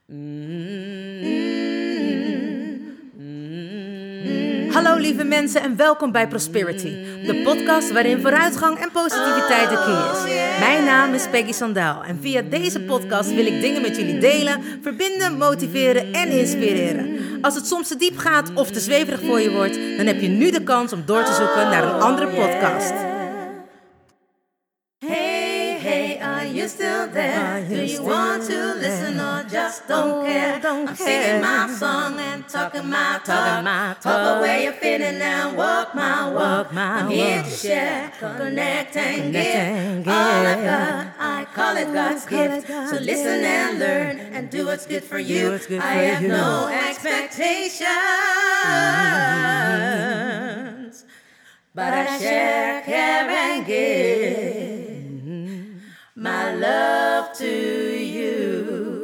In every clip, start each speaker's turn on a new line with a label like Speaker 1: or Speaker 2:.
Speaker 1: Hallo lieve mensen en welkom bij Prosperity, de podcast waarin vooruitgang en positiviteit de key is. Mijn naam is Peggy Sandaal en via deze podcast wil ik dingen met jullie delen, verbinden, motiveren en inspireren. Als het soms te diep gaat of te zweverig voor je wordt, dan heb je nu de kans om door te zoeken naar een andere podcast. Hey, are you still there? Do you want to listen or just don't care? I'm singing my song and talking my talk. Talk where you're feeling and walk my walk. I'm here to share, connect and give. All I've got, I call it God's gift. So listen and learn and do what's good for you. I have no expectations, but I share, care and give my love to you.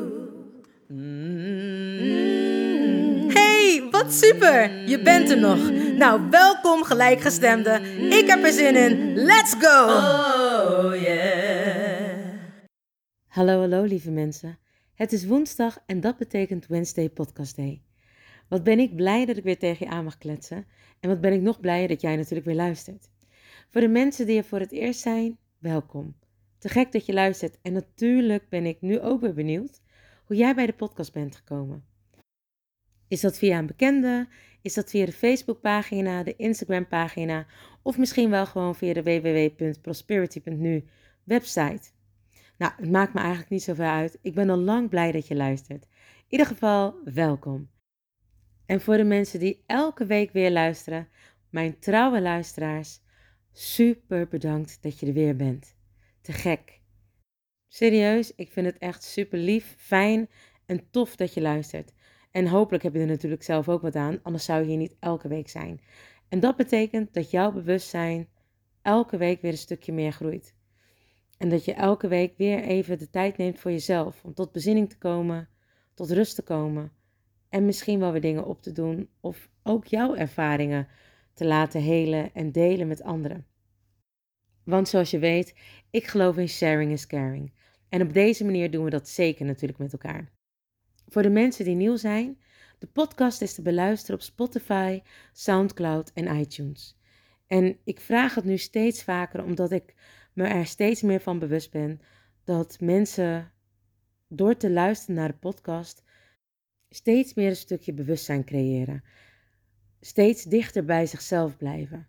Speaker 1: Hey, wat super! Je bent er nog. Nou, welkom gelijkgestemden. Ik heb er zin in. Let's go! Oh yeah. Hallo lieve mensen. Het is woensdag en dat betekent Wednesday Podcast Day. Wat ben ik blij dat ik weer tegen je aan mag kletsen. En wat ben ik nog blijer dat jij natuurlijk weer luistert. Voor de mensen die er voor het eerst zijn, welkom. Te gek dat je luistert en natuurlijk ben ik nu ook weer benieuwd hoe jij bij de podcast bent gekomen. Is dat via een bekende? Is dat via de Facebookpagina, de Instagrampagina of misschien wel gewoon via de www.prosperity.nu website? Nou, het maakt me eigenlijk niet zoveel uit. Ik ben al lang blij dat je luistert. In ieder geval, welkom. En voor de mensen die elke week weer luisteren, mijn trouwe luisteraars, super bedankt dat je er weer bent. Te gek. Serieus, ik vind het echt super lief, fijn en tof dat je luistert. En hopelijk heb je er natuurlijk zelf ook wat aan, anders zou je hier niet elke week zijn. En dat betekent dat jouw bewustzijn elke week weer een stukje meer groeit. En dat je elke week weer even de tijd neemt voor jezelf, om tot bezinning te komen, tot rust te komen. En misschien wel weer dingen op te doen of ook jouw ervaringen te laten helen en delen met anderen. Want zoals je weet, ik geloof in sharing is caring. En op deze manier doen we dat zeker natuurlijk met elkaar. Voor de mensen die nieuw zijn, de podcast is te beluisteren op Spotify, Soundcloud en iTunes. En ik vraag het nu steeds vaker omdat ik me er steeds meer van bewust ben dat mensen door te luisteren naar de podcast steeds meer een stukje bewustzijn creëren. Steeds dichter bij zichzelf blijven.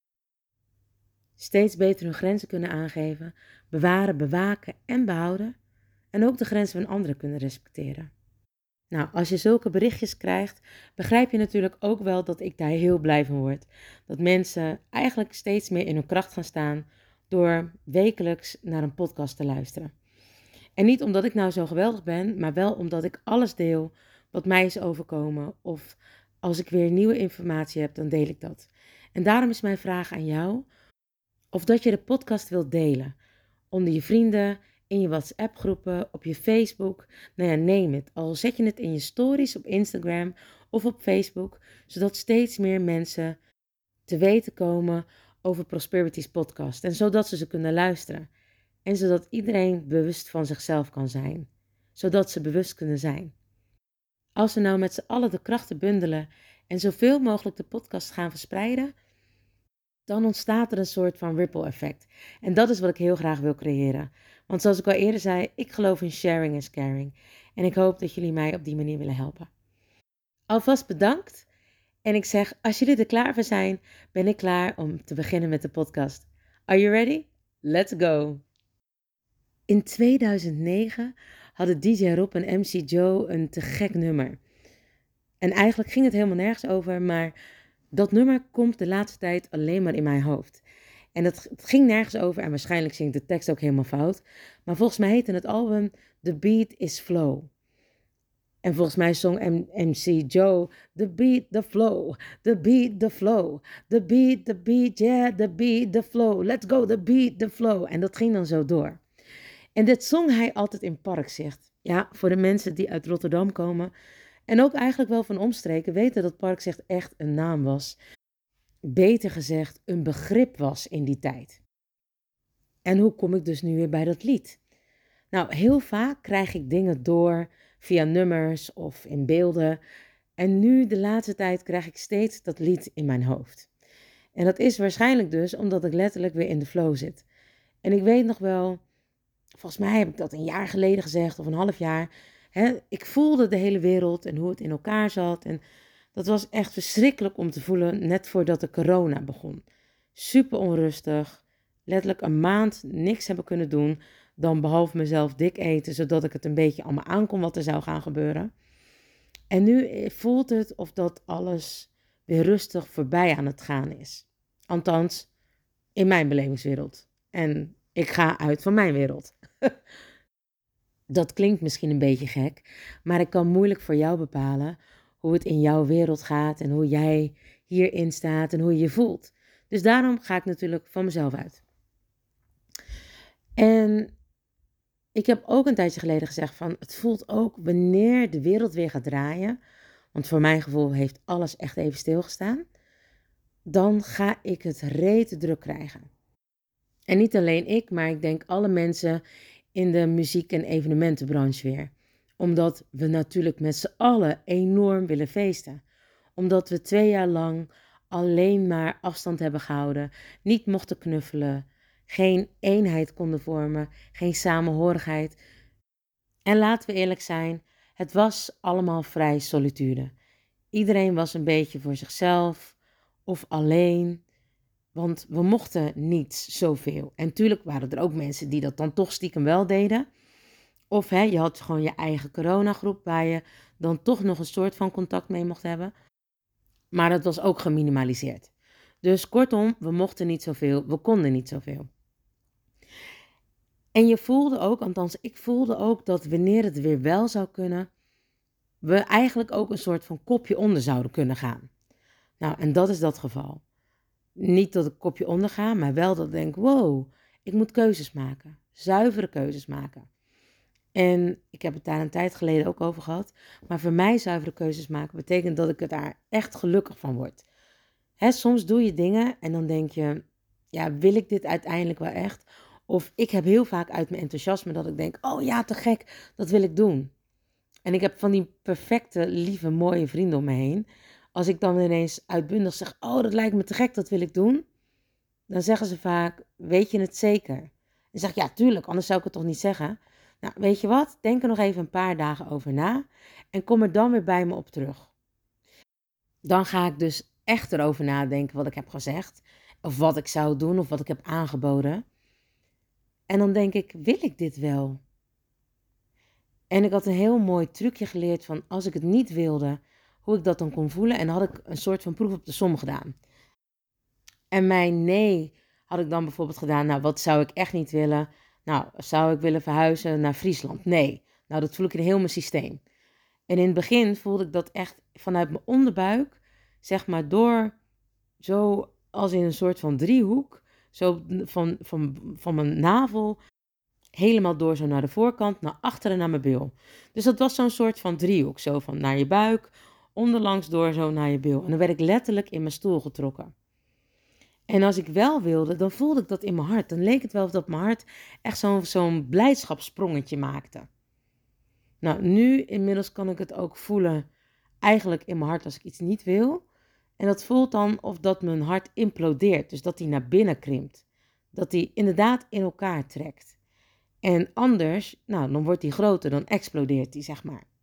Speaker 1: Steeds beter hun grenzen kunnen aangeven, bewaren, bewaken en behouden. En ook de grenzen van anderen kunnen respecteren. Nou, als je zulke berichtjes krijgt, begrijp je natuurlijk ook wel dat ik daar heel blij van word. Dat mensen eigenlijk steeds meer in hun kracht gaan staan door wekelijks naar een podcast te luisteren. En niet omdat ik nou zo geweldig ben, maar wel omdat ik alles deel wat mij is overkomen. Of als ik weer nieuwe informatie heb, dan deel ik dat. En daarom is mijn vraag aan jou of dat je de podcast wilt delen. Onder je vrienden, in je WhatsApp groepen, op je Facebook. Nou ja, neem het. Al zet je het in je stories op Instagram of op Facebook. Zodat steeds meer mensen te weten komen over Prosperity's podcast. En zodat ze kunnen luisteren. En zodat iedereen bewust van zichzelf kan zijn. Zodat ze bewust kunnen zijn. Als we nou met z'n allen de krachten bundelen en zoveel mogelijk de podcast gaan verspreiden, dan ontstaat er een soort van ripple effect. En dat is wat ik heel graag wil creëren. Want zoals ik al eerder zei, ik geloof in sharing is caring. En ik hoop dat jullie mij op die manier willen helpen. Alvast bedankt. En ik zeg, als jullie er klaar voor zijn, ben ik klaar om te beginnen met de podcast. Are you ready? Let's go! In 2009 hadden DJ Rob en MC Joe een te gek nummer. En eigenlijk ging het helemaal nergens over, maar dat nummer komt de laatste tijd alleen maar in mijn hoofd. En het ging nergens over en waarschijnlijk zingt de tekst ook helemaal fout. Maar volgens mij heette het album The Beat is Flow. En volgens mij zong MC Joe The Beat, the Flow, The Beat, the Flow, The Beat, yeah, The Beat, the Flow, Let's go, The Beat, the Flow. En dat ging dan zo door. En dit zong hij altijd in Parkzicht. Ja, voor de mensen die uit Rotterdam komen en ook eigenlijk wel van omstreken weten dat Parkzicht echt een naam was. Beter gezegd, een begrip was in die tijd. En hoe kom ik dus nu weer bij dat lied? Nou, heel vaak krijg ik dingen door via nummers of in beelden. En nu de laatste tijd krijg ik steeds dat lied in mijn hoofd. En dat is waarschijnlijk dus omdat ik letterlijk weer in de flow zit. En ik weet nog wel, volgens mij heb ik dat een jaar geleden gezegd of een half jaar. Ik voelde de hele wereld en hoe het in elkaar zat. En dat was echt verschrikkelijk om te voelen net voordat de corona begon. Super onrustig. Letterlijk een maand niks hebben kunnen doen. Dan behalve mezelf dik eten, zodat ik het een beetje allemaal aankon wat er zou gaan gebeuren. En nu voelt het of dat alles weer rustig voorbij aan het gaan is. Althans, in mijn belevingswereld. En ik ga uit van mijn wereld. Dat klinkt misschien een beetje gek, maar ik kan moeilijk voor jou bepalen hoe het in jouw wereld gaat en hoe jij hierin staat en hoe je je voelt. Dus daarom ga ik natuurlijk van mezelf uit. En ik heb ook een tijdje geleden gezegd van het voelt ook wanneer de wereld weer gaat draaien, want voor mijn gevoel heeft alles echt even stilgestaan, dan ga ik het rete druk krijgen. En niet alleen ik, maar ik denk alle mensen in de muziek- en evenementenbranche weer. Omdat we natuurlijk met z'n allen enorm willen feesten. Omdat we 2 jaar lang alleen maar afstand hebben gehouden, niet mochten knuffelen, geen eenheid konden vormen, geen samenhorigheid. En laten we eerlijk zijn, het was allemaal vrij solitude. Iedereen was een beetje voor zichzelf of alleen, want we mochten niet zoveel. En tuurlijk waren er ook mensen die dat dan toch stiekem wel deden. Of je had gewoon je eigen coronagroep waar je dan toch nog een soort van contact mee mocht hebben. Maar dat was ook geminimaliseerd. Dus kortom, we mochten niet zoveel, we konden niet zoveel. En je voelde ook, althans ik voelde ook dat wanneer het weer wel zou kunnen, we eigenlijk ook een soort van kopje onder zouden kunnen gaan. Nou, en dat is dat geval. Niet dat ik kopje onder ga, maar wel dat ik denk, wow, ik moet keuzes maken. Zuivere keuzes maken. En ik heb het daar een tijd geleden ook over gehad. Maar voor mij zuivere keuzes maken betekent dat ik er daar echt gelukkig van word. Soms doe je dingen en dan denk je, ja, wil ik dit uiteindelijk wel echt? Of ik heb heel vaak uit mijn enthousiasme dat ik denk, oh ja, te gek, dat wil ik doen. En ik heb van die perfecte, lieve, mooie vrienden om me heen. Als ik dan ineens uitbundig zeg, oh, dat lijkt me te gek, dat wil ik doen. Dan zeggen ze vaak, weet je het zeker? En zeg ik, ja, tuurlijk, anders zou ik het toch niet zeggen. Nou, weet je wat? Denk er nog even een paar dagen over na. En kom er dan weer bij me op terug. Dan ga ik dus echt erover nadenken wat ik heb gezegd. Of wat ik zou doen, of wat ik heb aangeboden. En dan denk ik, wil ik dit wel? En ik had een heel mooi trucje geleerd van als ik het niet wilde, hoe ik dat dan kon voelen. En dan had ik een soort van proef op de som gedaan. En mijn nee had ik dan bijvoorbeeld gedaan, nou wat zou ik echt niet willen? Nou, zou ik willen verhuizen naar Friesland? Nee. Nou, dat voel ik in heel mijn systeem. En in het begin voelde ik dat echt vanuit mijn onderbuik, zeg maar door, zo als in een soort van driehoek, zo van mijn navel, helemaal door zo naar de voorkant, naar achteren naar mijn bil. Dus dat was zo'n soort van driehoek, zo van naar je buik, onderlangs door zo naar je bil. En dan werd ik letterlijk in mijn stoel getrokken. En als ik wel wilde, dan voelde ik dat in mijn hart. Dan leek het wel of dat mijn hart echt zo'n blijdschapssprongetje maakte. Nou, nu inmiddels kan ik het ook voelen, eigenlijk in mijn hart als ik iets niet wil. En dat voelt dan of dat mijn hart implodeert, dus dat hij naar binnen krimpt. Dat hij inderdaad in elkaar trekt. En anders, nou, dan wordt hij groter, dan explodeert hij, zeg maar.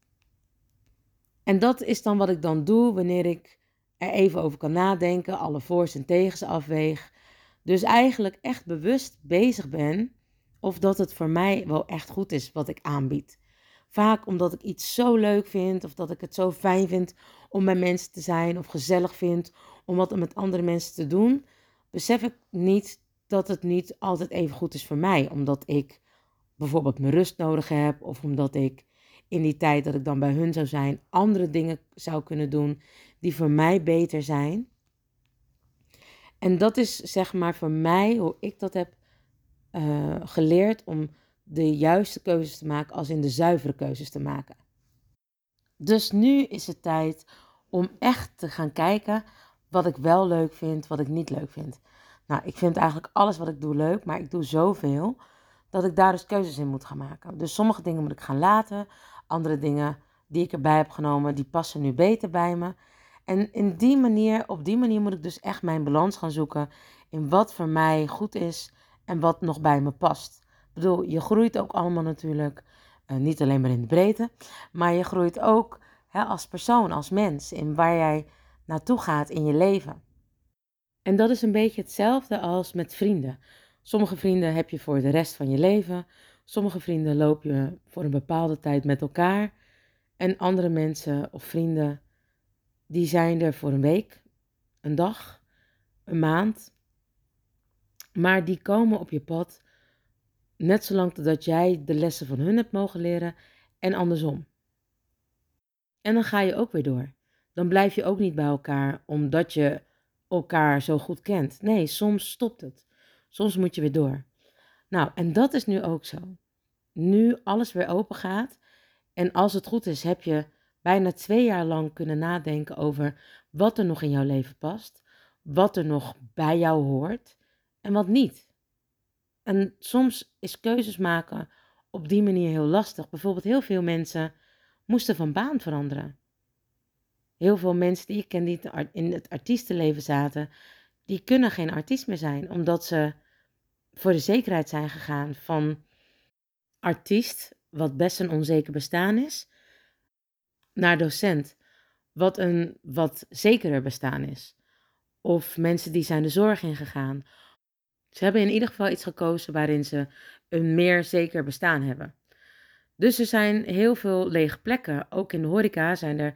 Speaker 1: En dat is dan wat ik dan doe wanneer ik er even over kan nadenken, alle voor's en tegens afweeg. Dus eigenlijk echt bewust bezig ben of dat het voor mij wel echt goed is wat ik aanbied. Vaak omdat ik iets zo leuk vind of dat ik het zo fijn vind om bij mensen te zijn of gezellig vind om wat met andere mensen te doen, besef ik niet dat het niet altijd even goed is voor mij. Omdat ik bijvoorbeeld mijn rust nodig heb of omdat ik in die tijd dat ik dan bij hun zou zijn andere dingen zou kunnen doen die voor mij beter zijn. En dat is zeg maar voor mij hoe ik dat heb geleerd om de juiste keuzes te maken als in de zuivere keuzes te maken. Dus nu is het tijd om echt te gaan kijken wat ik wel leuk vind, wat ik niet leuk vind. Nou, ik vind eigenlijk alles wat ik doe leuk, maar ik doe zoveel dat ik daar dus keuzes in moet gaan maken. Dus sommige dingen moet ik gaan laten, Andere dingen die ik erbij heb genomen, die passen nu beter bij me. En op die manier moet ik dus echt mijn balans gaan zoeken in wat voor mij goed is en wat nog bij me past. Ik bedoel, je groeit ook allemaal natuurlijk, niet alleen maar in de breedte, maar je groeit ook als persoon, als mens, in waar jij naartoe gaat in je leven. En dat is een beetje hetzelfde als met vrienden. Sommige vrienden heb je voor de rest van je leven. Sommige vrienden loop je voor een bepaalde tijd met elkaar. En andere mensen of vrienden, die zijn er voor een week, een dag, een maand. Maar die komen op je pad net zolang totdat jij de lessen van hun hebt mogen leren en andersom. En dan ga je ook weer door. Dan blijf je ook niet bij elkaar omdat je elkaar zo goed kent. Nee, soms stopt het. Soms moet je weer door. Nou, en dat is nu ook zo. Nu alles weer open gaat en als het goed is, heb je bijna 2 jaar lang kunnen nadenken over wat er nog in jouw leven past, wat er nog bij jou hoort en wat niet. En soms is keuzes maken op die manier heel lastig. Bijvoorbeeld heel veel mensen moesten van baan veranderen. Heel veel mensen die ik ken die in het artiestenleven zaten, die kunnen geen artiest meer zijn, omdat ze voor de zekerheid zijn gegaan van artiest, wat best een onzeker bestaan is, naar docent, wat een wat zekerder bestaan is. Of mensen die zijn de zorg ingegaan. Ze hebben in ieder geval iets gekozen waarin ze een meer zeker bestaan hebben. Dus er zijn heel veel lege plekken. Ook in de horeca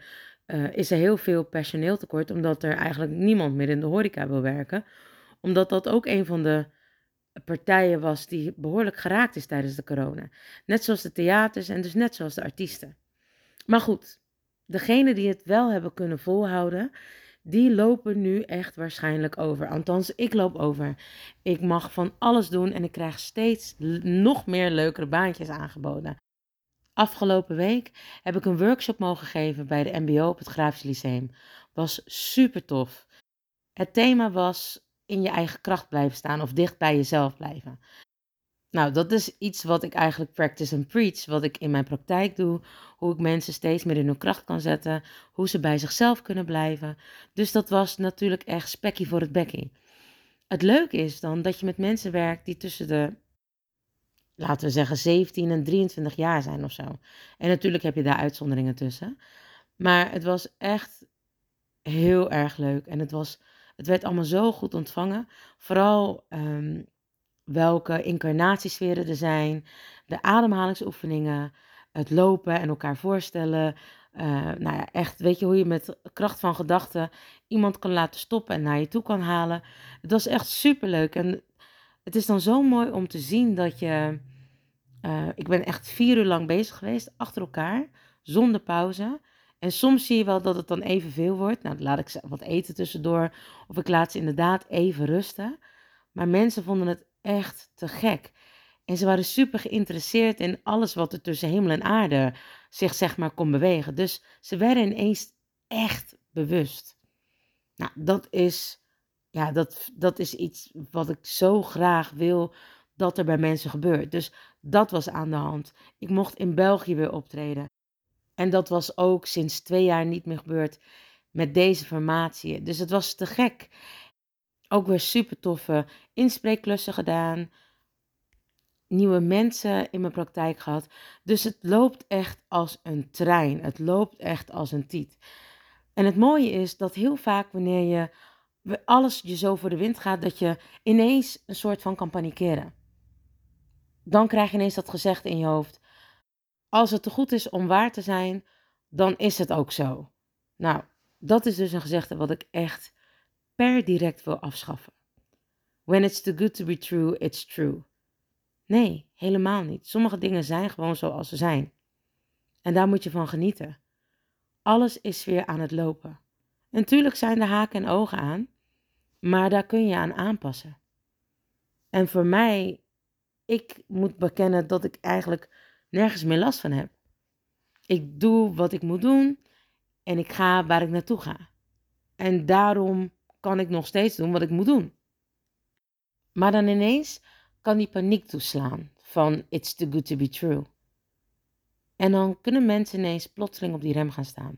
Speaker 1: is er heel veel personeeltekort, omdat er eigenlijk niemand meer in de horeca wil werken. Omdat dat ook een van de partijen was die behoorlijk geraakt is tijdens de corona. Net zoals de theaters en dus net zoals de artiesten. Maar goed, degenen die het wel hebben kunnen volhouden, die lopen nu echt waarschijnlijk over. Althans, ik loop over. Ik mag van alles doen en ik krijg steeds nog meer leukere baantjes aangeboden. Afgelopen week heb ik een workshop mogen geven bij de MBO op het Grafisch Lyceum. Was super tof. Het thema was in je eigen kracht blijven staan of dicht bij jezelf blijven. Nou, dat is iets wat ik eigenlijk practice and preach, wat ik in mijn praktijk doe. Hoe ik mensen steeds meer in hun kracht kan zetten, hoe ze bij zichzelf kunnen blijven. Dus dat was natuurlijk echt spekkie voor het bekkie. Het leuke is dan dat je met mensen werkt die tussen de, laten we zeggen, 17 en 23 jaar zijn of zo. En natuurlijk heb je daar uitzonderingen tussen. Maar het was echt heel erg leuk en het werd allemaal zo goed ontvangen. Vooral welke incarnatiesferen er zijn, de ademhalingsoefeningen, het lopen en elkaar voorstellen. Nou ja, echt, weet je hoe je met kracht van gedachten iemand kan laten stoppen en naar je toe kan halen. Het was echt superleuk en het is dan zo mooi om te zien dat ik ben echt 4 uur lang bezig geweest, achter elkaar, zonder pauze. En soms zie je wel dat het dan even veel wordt. Nou, dan laat ik ze wat eten tussendoor of ik laat ze inderdaad even rusten. Maar mensen vonden het echt te gek. En ze waren super geïnteresseerd in alles wat er tussen hemel en aarde zich zeg maar kon bewegen. Dus ze werden ineens echt bewust. Nou, dat is iets wat ik zo graag wil dat er bij mensen gebeurt. Dus dat was aan de hand. Ik mocht in België weer optreden. En dat was ook sinds 2 jaar niet meer gebeurd met deze formatie. Dus het was te gek. Ook weer super toffe inspreekklussen gedaan. Nieuwe mensen in mijn praktijk gehad. Dus het loopt echt als een trein. Het loopt echt als een tiet. En het mooie is dat heel vaak wanneer alles je zo voor de wind gaat, dat je ineens een soort van kan panikeren. Dan krijg je ineens dat gezegde in je hoofd. Als het te goed is om waar te zijn, dan is het ook zo. Nou, dat is dus een gezegde wat ik echt per direct wil afschaffen. When it's too good to be true, it's true. Nee, helemaal niet. Sommige dingen zijn gewoon zoals ze zijn. En daar moet je van genieten. Alles is weer aan het lopen. En natuurlijk zijn er haken en ogen aan, maar daar kun je aan aanpassen. En voor mij, ik moet bekennen dat ik eigenlijk nergens meer last van heb. Ik doe wat ik moet doen en ik ga waar ik naartoe ga. En daarom kan ik nog steeds doen wat ik moet doen. Maar dan ineens kan die paniek toeslaan van it's too good to be true. En dan kunnen mensen ineens plotseling op die rem gaan staan.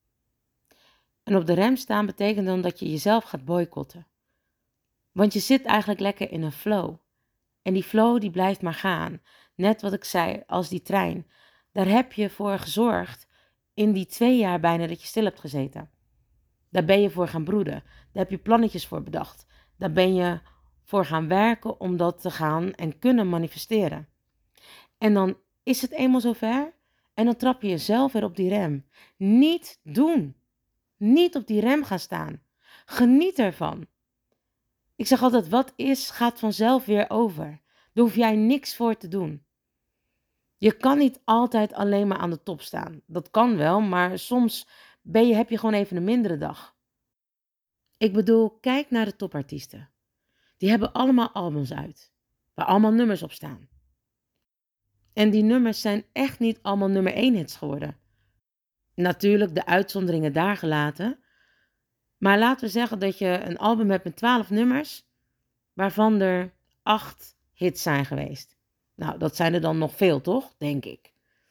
Speaker 1: En op de rem staan betekent dan dat je jezelf gaat boycotten. Want je zit eigenlijk lekker in een flow. En die flow die blijft maar gaan. Net wat ik zei, als die trein. Daar heb je voor gezorgd in die 2 jaar bijna dat je stil hebt gezeten. Daar ben je voor gaan broeden. Daar heb je plannetjes voor bedacht. Daar ben je voor gaan werken om dat te gaan en kunnen manifesteren. En dan is het eenmaal zover en dan trap je jezelf weer op die rem. Niet doen. Niet op die rem gaan staan. Geniet ervan. Ik zeg altijd, wat is, gaat vanzelf weer over. Daar hoef jij niks voor te doen. Je kan niet altijd alleen maar aan de top staan. Dat kan wel, maar soms heb je gewoon even een mindere dag. Ik bedoel, kijk naar de topartiesten. Die hebben allemaal albums uit, waar allemaal nummers op staan. En die nummers zijn echt niet allemaal nummer 1 hits geworden. Natuurlijk de uitzonderingen daar gelaten. Maar laten we zeggen dat je een album hebt met 12 nummers, waarvan er 8 hits zijn geweest. Nou, dat zijn er dan nog veel, toch? Denk ik.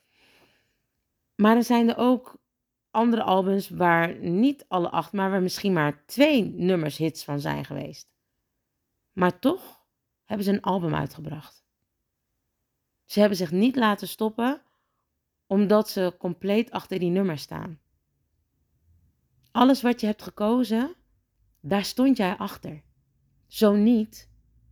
Speaker 1: Maar er zijn er ook andere albums waar niet alle 8, maar waar misschien maar 2 nummers hits van zijn geweest. Maar toch hebben ze een album uitgebracht. Ze hebben zich niet laten stoppen, omdat ze compleet achter die nummers staan. Alles wat je hebt gekozen, daar stond jij achter. Zo niet,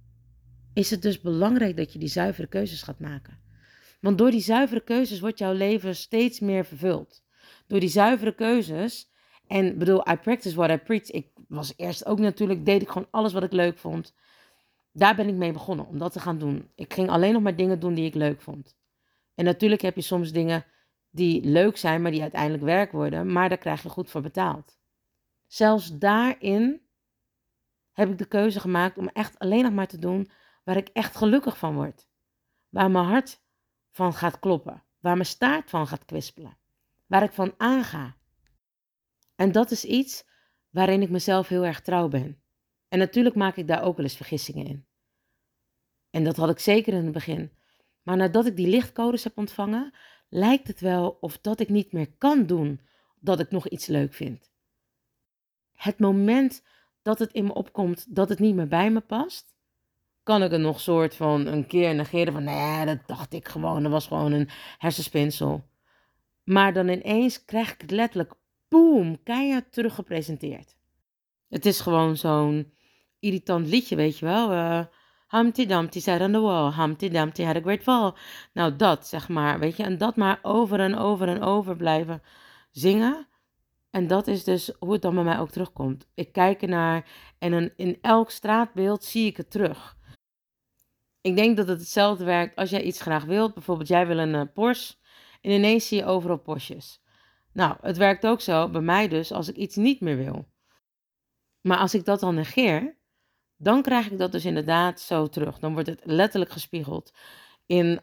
Speaker 1: is het dus belangrijk dat je die zuivere keuzes gaat maken. Want door die zuivere keuzes wordt jouw leven steeds meer vervuld. Door die zuivere keuzes, en bedoel, I practice what I preach. Ik was eerst ook natuurlijk, deed ik gewoon alles wat ik leuk vond. Daar ben ik mee begonnen, om dat te gaan doen. Ik ging alleen nog maar dingen doen die ik leuk vond. En natuurlijk heb je soms dingen die leuk zijn, maar die uiteindelijk werk worden. Maar daar krijg je goed voor betaald. Zelfs daarin heb ik de keuze gemaakt om echt alleen nog maar te doen waar ik echt gelukkig van word. Waar mijn hart van gaat kloppen. Waar mijn staart van gaat kwispelen. Waar ik van aanga. En dat is iets waarin ik mezelf heel erg trouw ben. En natuurlijk maak ik daar ook wel eens vergissingen in. En dat had ik zeker in het begin. Maar nadat ik die lichtcodes heb ontvangen, lijkt het wel of dat ik niet meer kan doen dat ik nog iets leuk vind. Het moment dat het in me opkomt dat het niet meer bij me past, kan ik het nog soort van een keer negeren van, nee, dat dacht ik gewoon, dat was gewoon een hersenspinsel. Maar dan ineens krijg ik het letterlijk, boem, keihard teruggepresenteerd. Het is gewoon zo'n irritant liedje, weet je wel. Humpty Dumpty sat on the wall, Humpty Dumpty had a great fall. Nou, dat, zeg maar, weet je. En dat maar over en over en over blijven zingen. En dat is dus hoe het dan bij mij ook terugkomt. Ik kijk ernaar en in elk straatbeeld zie ik het terug. Ik denk dat het hetzelfde werkt als jij iets graag wilt. Bijvoorbeeld, jij wil een Porsche en ineens zie je overal Porsches. Nou, het werkt ook zo bij mij dus als ik iets niet meer wil. Maar als ik dat dan negeer, dan krijg ik dat dus inderdaad zo terug. Dan wordt het letterlijk gespiegeld in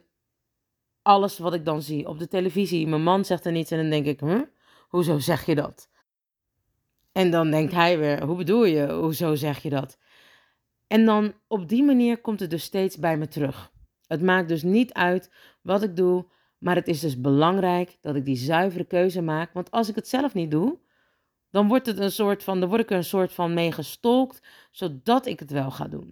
Speaker 1: alles wat ik dan zie. Op de televisie, mijn man zegt er niets en dan denk ik, hoezo zeg je dat? En dan denkt hij weer, hoe bedoel je, hoezo zeg je dat? En dan op die manier komt het dus steeds bij me terug. Het maakt dus niet uit wat ik doe, maar het is dus belangrijk dat ik die zuivere keuze maak. Want als ik het zelf niet doe, dan wordt het dan word ik er een soort van mee gestolkt, zodat ik het wel ga doen.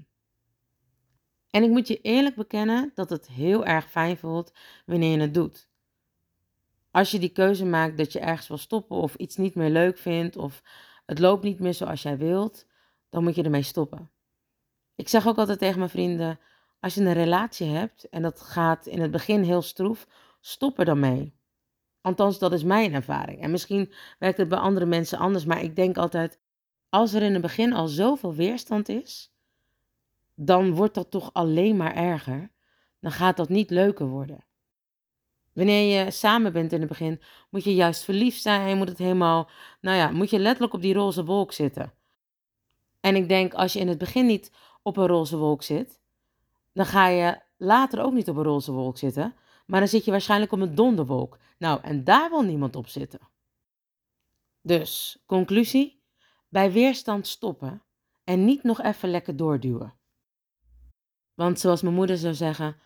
Speaker 1: En ik moet je eerlijk bekennen dat het heel erg fijn voelt wanneer je het doet. Als je die keuze maakt dat je ergens wil stoppen of iets niet meer leuk vindt of het loopt niet meer zoals jij wilt, dan moet je ermee stoppen. Ik zeg ook altijd tegen mijn vrienden, als je een relatie hebt en dat gaat in het begin heel stroef, stop er dan mee. Althans, dat is mijn ervaring. En misschien werkt het bij andere mensen anders, maar ik denk altijd, als er in het begin al zoveel weerstand is, dan wordt dat toch alleen maar erger. Dan gaat dat niet leuker worden. Wanneer je samen bent in het begin, moet je juist verliefd zijn, moet het helemaal, moet je letterlijk op die roze wolk zitten. En ik denk, als je in het begin niet op een roze wolk zit, dan ga je later ook niet op een roze wolk zitten, maar dan zit je waarschijnlijk op een donderwolk. Nou, en daar wil niemand op zitten. Dus, conclusie, bij weerstand stoppen en niet nog even lekker doorduwen. Want zoals mijn moeder zou zeggen,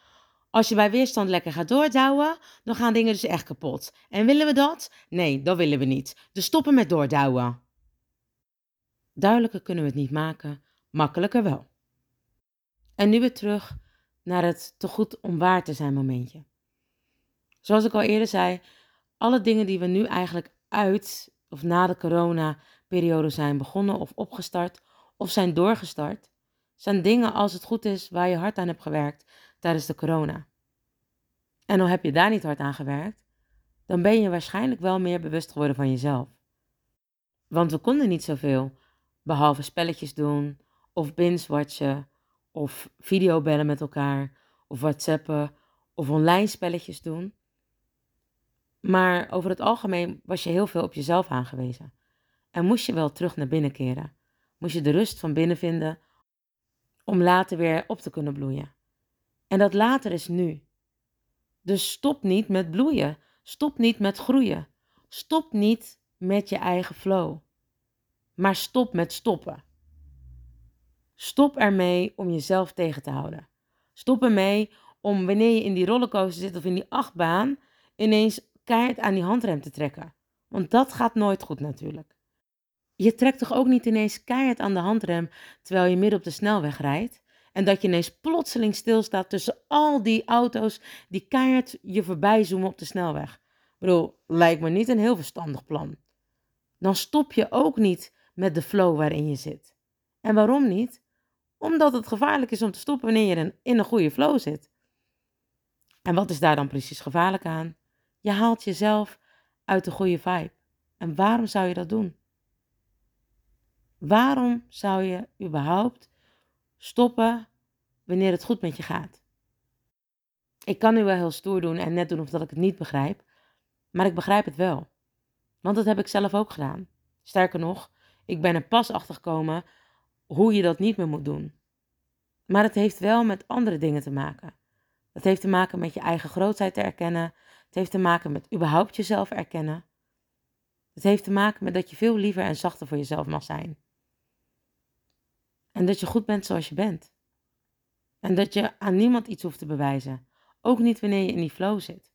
Speaker 1: Als je bij weerstand lekker gaat doordouwen, dan gaan dingen dus echt kapot. En willen we dat? Nee, dat willen we niet. Dus stoppen met doordouwen. Duidelijker kunnen we het niet maken, makkelijker wel. En nu weer terug naar het te goed om waar te zijn momentje. Zoals ik al eerder zei, alle dingen die we nu eigenlijk uit of na de coronaperiode zijn begonnen of opgestart of zijn doorgestart, zijn dingen als het goed is waar je hard aan hebt gewerkt tijdens de corona. En al heb je daar niet hard aan gewerkt, dan ben je waarschijnlijk wel meer bewust geworden van jezelf. Want we konden niet zoveel, behalve spelletjes doen of binge-watchen of videobellen met elkaar of whatsappen of online spelletjes doen. Maar over het algemeen was je heel veel op jezelf aangewezen. En moest je wel terug naar binnen keren. Moest je de rust van binnen vinden om later weer op te kunnen bloeien. En dat later is nu. Dus stop niet met bloeien. Stop niet met groeien. Stop niet met je eigen flow. Maar stop met stoppen. Stop ermee om jezelf tegen te houden. Stop ermee om wanneer je in die rollercoaster zit of in die achtbaan ineens keihard aan die handrem te trekken. Want dat gaat nooit goed natuurlijk. Je trekt toch ook niet ineens keihard aan de handrem terwijl je midden op de snelweg rijdt en dat je ineens plotseling stilstaat tussen al die auto's die keihard je voorbij zoomen op de snelweg. Ik bedoel, lijkt me niet een heel verstandig plan. Dan stop je ook niet met de flow waarin je zit. En waarom niet? Omdat het gevaarlijk is om te stoppen wanneer je in een goede flow zit. En wat is daar dan precies gevaarlijk aan? Je haalt jezelf uit de goede vibe. En waarom zou je dat doen? Waarom zou je überhaupt stoppen wanneer het goed met je gaat? Ik kan nu wel heel stoer doen en net doen of dat ik het niet begrijp, maar ik begrijp het wel. Want dat heb ik zelf ook gedaan. Sterker nog, ik ben er pas achter gekomen hoe je dat niet meer moet doen. Maar het heeft wel met andere dingen te maken. Het heeft te maken met je eigen grootheid te erkennen. Het heeft te maken met überhaupt jezelf erkennen. Het heeft te maken met dat je veel liever en zachter voor jezelf mag zijn. En dat je goed bent zoals je bent. En dat je aan niemand iets hoeft te bewijzen. Ook niet wanneer je in die flow zit.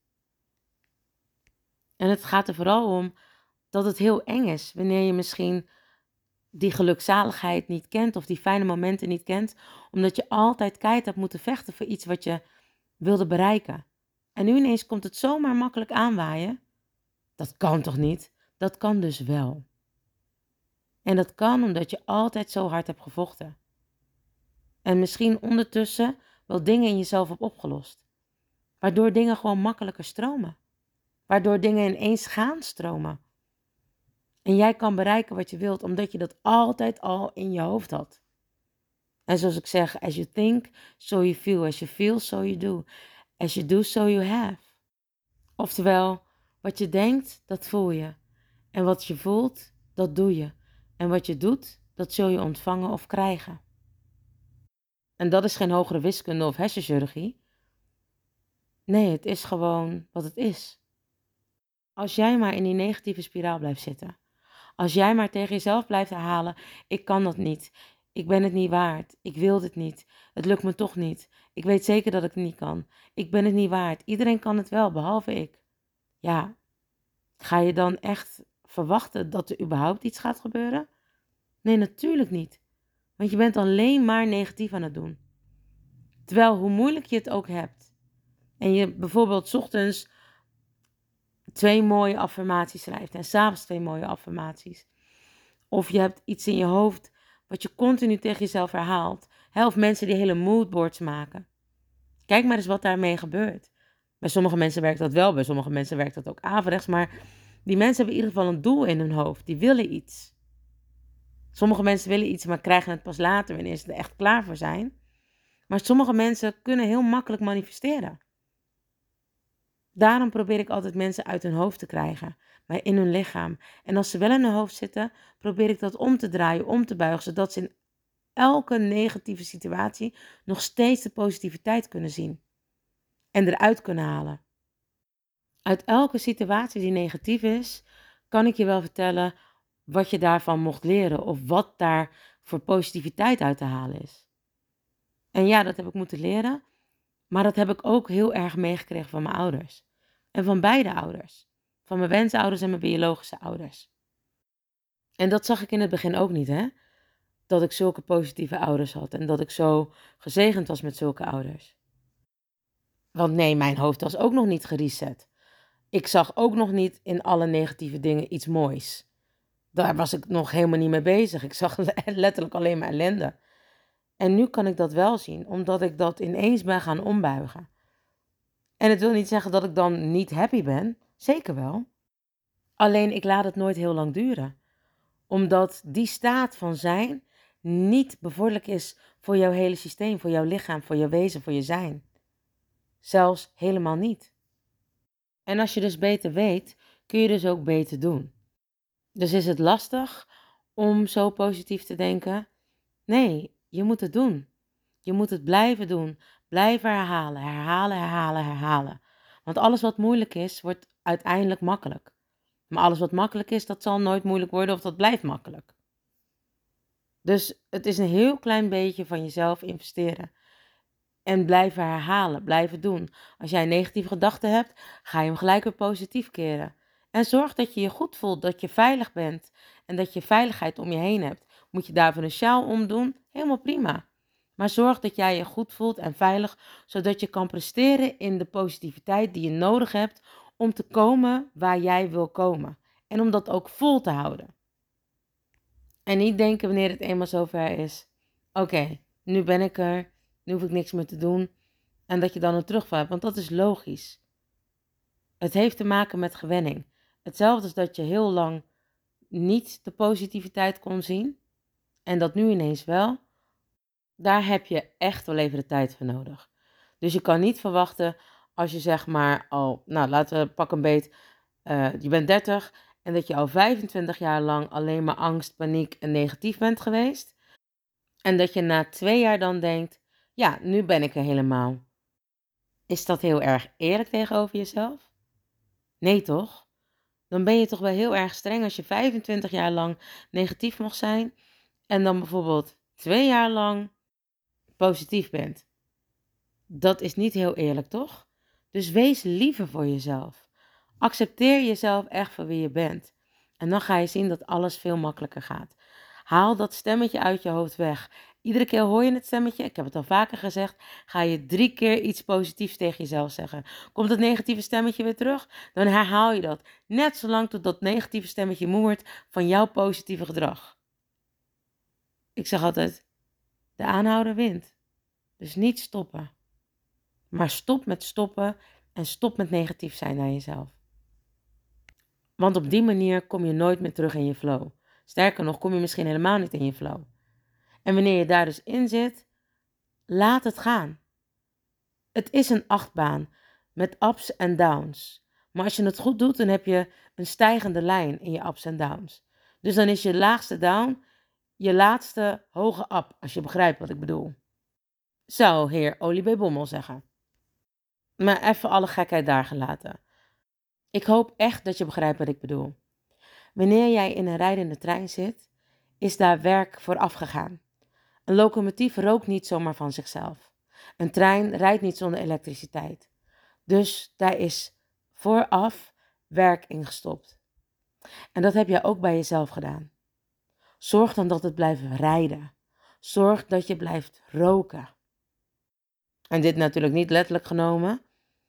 Speaker 1: En het gaat er vooral om dat het heel eng is wanneer je misschien die gelukzaligheid niet kent of die fijne momenten niet kent, omdat je altijd keihard hebt moeten vechten voor iets wat je wilde bereiken. En nu ineens komt het zomaar makkelijk aanwaaien. Dat kan toch niet? Dat kan dus wel. En dat kan omdat je altijd zo hard hebt gevochten. En misschien ondertussen wel dingen in jezelf hebt opgelost. Waardoor dingen gewoon makkelijker stromen. Waardoor dingen ineens gaan stromen. En jij kan bereiken wat je wilt, omdat je dat altijd al in je hoofd had. En zoals ik zeg, as you think, so you feel. As you feel, so you do. As you do, so you have. Oftewel, wat je denkt, dat voel je. En wat je voelt, dat doe je. En wat je doet, dat zul je ontvangen of krijgen. En dat is geen hogere wiskunde of hersenchirurgie. Nee, het is gewoon wat het is. Als jij maar in die negatieve spiraal blijft zitten. Als jij maar tegen jezelf blijft herhalen, ik kan dat niet. Ik ben het niet waard. Ik wil dit niet. Het lukt me toch niet. Ik weet zeker dat ik het niet kan. Ik ben het niet waard. Iedereen kan het wel, behalve ik. Ja, ga je dan echt verwachten dat er überhaupt iets gaat gebeuren? Nee, natuurlijk niet. Want je bent alleen maar negatief aan het doen. Terwijl hoe moeilijk je het ook hebt. En je bijvoorbeeld 's ochtends 2 mooie affirmaties schrijft en 's avonds 2 mooie affirmaties. Of je hebt iets in je hoofd wat je continu tegen jezelf herhaalt. Of mensen die hele moodboards maken. Kijk maar eens wat daarmee gebeurt. Bij sommige mensen werkt dat wel, bij sommige mensen werkt dat ook averechts. Maar die mensen hebben in ieder geval een doel in hun hoofd. Die willen iets. Sommige mensen willen iets, maar krijgen het pas later wanneer ze er echt klaar voor zijn. Maar sommige mensen kunnen heel makkelijk manifesteren. Daarom probeer ik altijd mensen uit hun hoofd te krijgen, maar in hun lichaam. En als ze wel in hun hoofd zitten, probeer ik dat om te draaien, om te buigen, zodat ze in elke negatieve situatie nog steeds de positiviteit kunnen zien. En eruit kunnen halen. Uit elke situatie die negatief is, kan ik je wel vertellen wat je daarvan mocht leren of wat daar voor positiviteit uit te halen is. En ja, dat heb ik moeten leren, Maar dat heb ik ook heel erg meegekregen van mijn ouders. En van beide ouders. Van mijn wensouders en mijn biologische ouders. En dat zag ik in het begin ook niet, hè. Dat ik zulke positieve ouders had en dat ik zo gezegend was met zulke ouders. Want nee, mijn hoofd was ook nog niet gereset. Ik zag ook nog niet in alle negatieve dingen iets moois. Daar was ik nog helemaal niet mee bezig. Ik zag letterlijk alleen maar ellende. En nu kan ik dat wel zien, omdat ik dat ineens ben gaan ombuigen. En het wil niet zeggen dat ik dan niet happy ben. Zeker wel. Alleen ik laat het nooit heel lang duren. Omdat die staat van zijn niet bevorderlijk is voor jouw hele systeem, voor jouw lichaam, voor jouw wezen, voor je zijn. Zelfs helemaal niet. En als je dus beter weet, kun je dus ook beter doen. Dus is het lastig om zo positief te denken? Nee, je moet het doen. Je moet het blijven doen. Blijven herhalen, herhalen, herhalen, herhalen. Want alles wat moeilijk is, wordt uiteindelijk makkelijk. Maar alles wat makkelijk is, dat zal nooit moeilijk worden of dat blijft makkelijk. Dus het is een heel klein beetje van jezelf investeren. En blijven herhalen, blijven doen. Als jij een negatieve gedachte hebt, ga je hem gelijk weer positief keren. En zorg dat je je goed voelt, dat je veilig bent en dat je veiligheid om je heen hebt. Moet je daarvoor een sjaal omdoen? Helemaal prima. Maar zorg dat jij je goed voelt en veilig, zodat je kan presteren in de positiviteit die je nodig hebt om te komen waar jij wil komen. En om dat ook vol te houden. En niet denken wanneer het eenmaal zover is. Oké, nu ben ik er, nu hoef ik niks meer te doen. En dat je dan een terugval hebt, want dat is logisch. Het heeft te maken met gewenning. Hetzelfde als dat je heel lang niet de positiviteit kon zien. En dat nu ineens wel. Daar heb je echt wel even de tijd voor nodig. Dus je kan niet verwachten als je zeg maar al, nou laten we pak een beet, je bent 30 en dat je al 25 jaar lang alleen maar angst, paniek en negatief bent geweest. En dat je na 2 jaar dan denkt, ja, nu ben ik er helemaal. Is dat heel erg eerlijk tegenover jezelf? Nee toch? Dan ben je toch wel heel erg streng als je 25 jaar lang negatief mag zijn en dan bijvoorbeeld 2 jaar lang positief bent. Dat is niet heel eerlijk, toch? Dus wees liever voor jezelf. Accepteer jezelf echt voor wie je bent. En dan ga je zien dat alles veel makkelijker gaat. Haal dat stemmetje uit je hoofd weg. Iedere keer hoor je het stemmetje, ik heb het al vaker gezegd, ga je 3 keer iets positiefs tegen jezelf zeggen. Komt dat negatieve stemmetje weer terug, dan herhaal je dat. Net zolang tot dat negatieve stemmetje moe wordt van jouw positieve gedrag. Ik zeg altijd, de aanhouder wint. Dus niet stoppen. Maar stop met stoppen en stop met negatief zijn naar jezelf. Want op die manier kom je nooit meer terug in je flow. Sterker nog, kom je misschien helemaal niet in je flow. En wanneer je daar dus in zit, laat het gaan. Het is een achtbaan met ups en downs. Maar als je het goed doet, dan heb je een stijgende lijn in je ups en downs. Dus dan is je laagste down je laatste hoge up, als je begrijpt wat ik bedoel. Zou heer Olie B. Bommel zeggen. Maar even alle gekheid daar gelaten. Ik hoop echt dat je begrijpt wat ik bedoel. Wanneer jij in een rijdende trein zit, is daar werk vooraf gegaan. Een locomotief rookt niet zomaar van zichzelf. Een trein rijdt niet zonder elektriciteit. Dus daar is vooraf werk in gestopt. En dat heb jij ook bij jezelf gedaan. Zorg dan dat het blijft rijden. Zorg dat je blijft roken. En dit natuurlijk niet letterlijk genomen.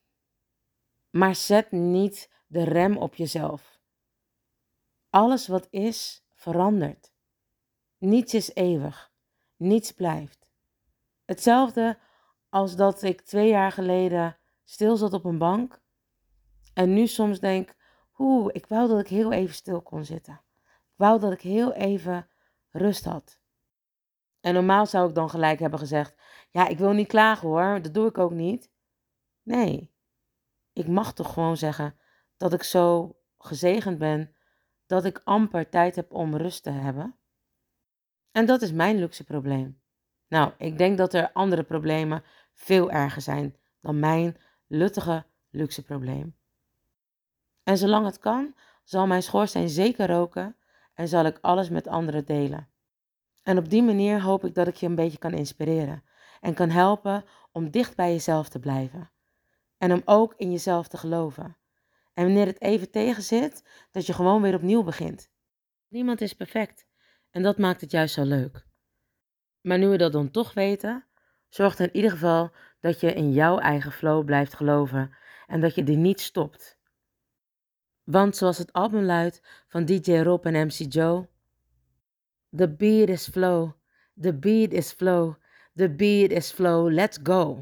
Speaker 1: Maar zet niet de rem op jezelf. Alles wat is, verandert. Niets is eeuwig. Niets blijft. Hetzelfde als dat ik 2 jaar geleden stil zat op een bank. En nu soms denk, ik wou dat ik heel even stil kon zitten. Ik wou dat ik heel even rust had. En normaal zou ik dan gelijk hebben gezegd, ja, ik wil niet klagen hoor, dat doe ik ook niet. Nee, ik mag toch gewoon zeggen dat ik zo gezegend ben dat ik amper tijd heb om rust te hebben. En dat is mijn luxe probleem. Nou, ik denk dat er andere problemen veel erger zijn dan mijn luttige luxe probleem. En zolang het kan, zal mijn schoorsteen zeker roken en zal ik alles met anderen delen. En op die manier hoop ik dat ik je een beetje kan inspireren. en kan helpen om dicht bij jezelf te blijven. En om ook in jezelf te geloven. En wanneer het even tegenzit, dat je gewoon weer opnieuw begint. Niemand is perfect en dat maakt het juist zo leuk. Maar nu we dat dan toch weten, zorg er in ieder geval dat je in jouw eigen flow blijft geloven en dat je die niet stopt. Want zoals het album luidt van DJ Rob en MC Joe: The beat is flow, the beat is flow, the beat is flow, let's go.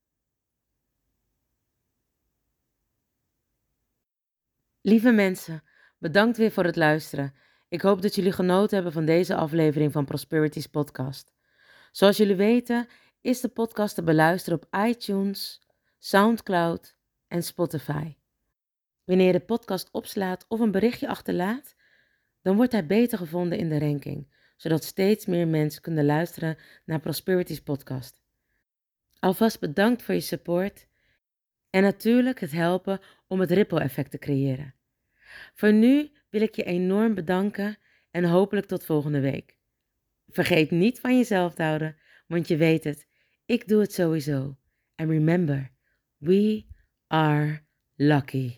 Speaker 1: Lieve mensen, bedankt weer voor het luisteren. Ik hoop dat jullie genoten hebben van deze aflevering van Prosperity's podcast. Zoals jullie weten is de podcast te beluisteren op iTunes, Soundcloud en Spotify. Wanneer je de podcast opslaat of een berichtje achterlaat, dan wordt hij beter gevonden in de ranking, zodat steeds meer mensen kunnen luisteren naar Prosperity's podcast. Alvast bedankt voor je support en natuurlijk het helpen om het ripple effect te creëren. Voor nu wil ik je enorm bedanken en hopelijk tot volgende week. Vergeet niet van jezelf te houden, want je weet het, ik doe het sowieso. And remember, we are lucky.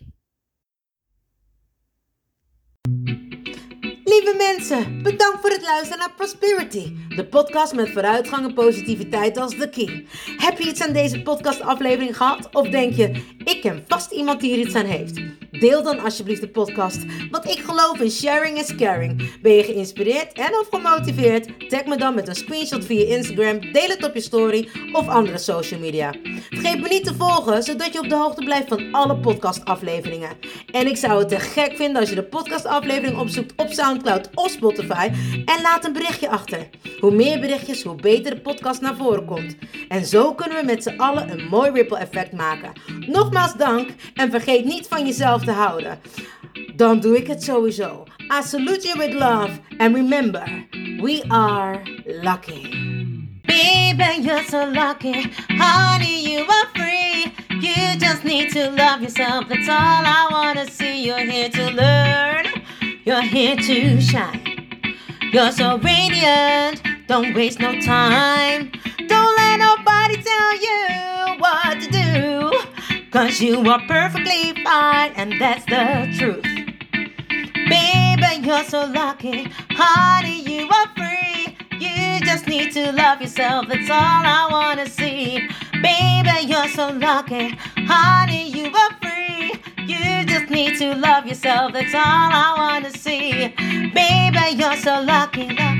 Speaker 1: Lieve mensen, bedankt voor het luisteren naar Prosperity, de podcast met vooruitgang en positiviteit als the key. Heb je iets aan deze podcastaflevering gehad of denk je, ik ken vast iemand die hier iets aan heeft? Deel dan alsjeblieft de podcast, want ik geloof in sharing is caring. Ben je geïnspireerd en of gemotiveerd? Tag me dan met een screenshot via Instagram, deel het op je story of andere social media. Vergeet me niet te volgen, zodat je op de hoogte blijft van alle podcastafleveringen. En ik zou het te gek vinden als je de podcastaflevering opzoekt op Soundcloud of Spotify en laat een berichtje achter. Hoe meer berichtjes, hoe beter de podcast naar voren komt. En zo kunnen we met z'n allen een mooi ripple effect maken. Nogmaals dank en vergeet niet van jezelf te houden. Dan doe ik het sowieso. I salute you with love and remember, we are lucky. Baby, you're so lucky. Honey, you are free. You just need to love yourself. That's all I wanna see. You're here to learn. You're here to shine. You're so radiant. Don't waste no time. Don't let nobody tell you what to do. 'Cause you are perfectly fine. And that's the truth. Baby, you're so lucky. Honey, you are free. You just need to love yourself. That's all I wanna see. Baby, you're so lucky. Honey, you are free. You just need to love yourself. That's all I wanna see. Baby, you're so lucky.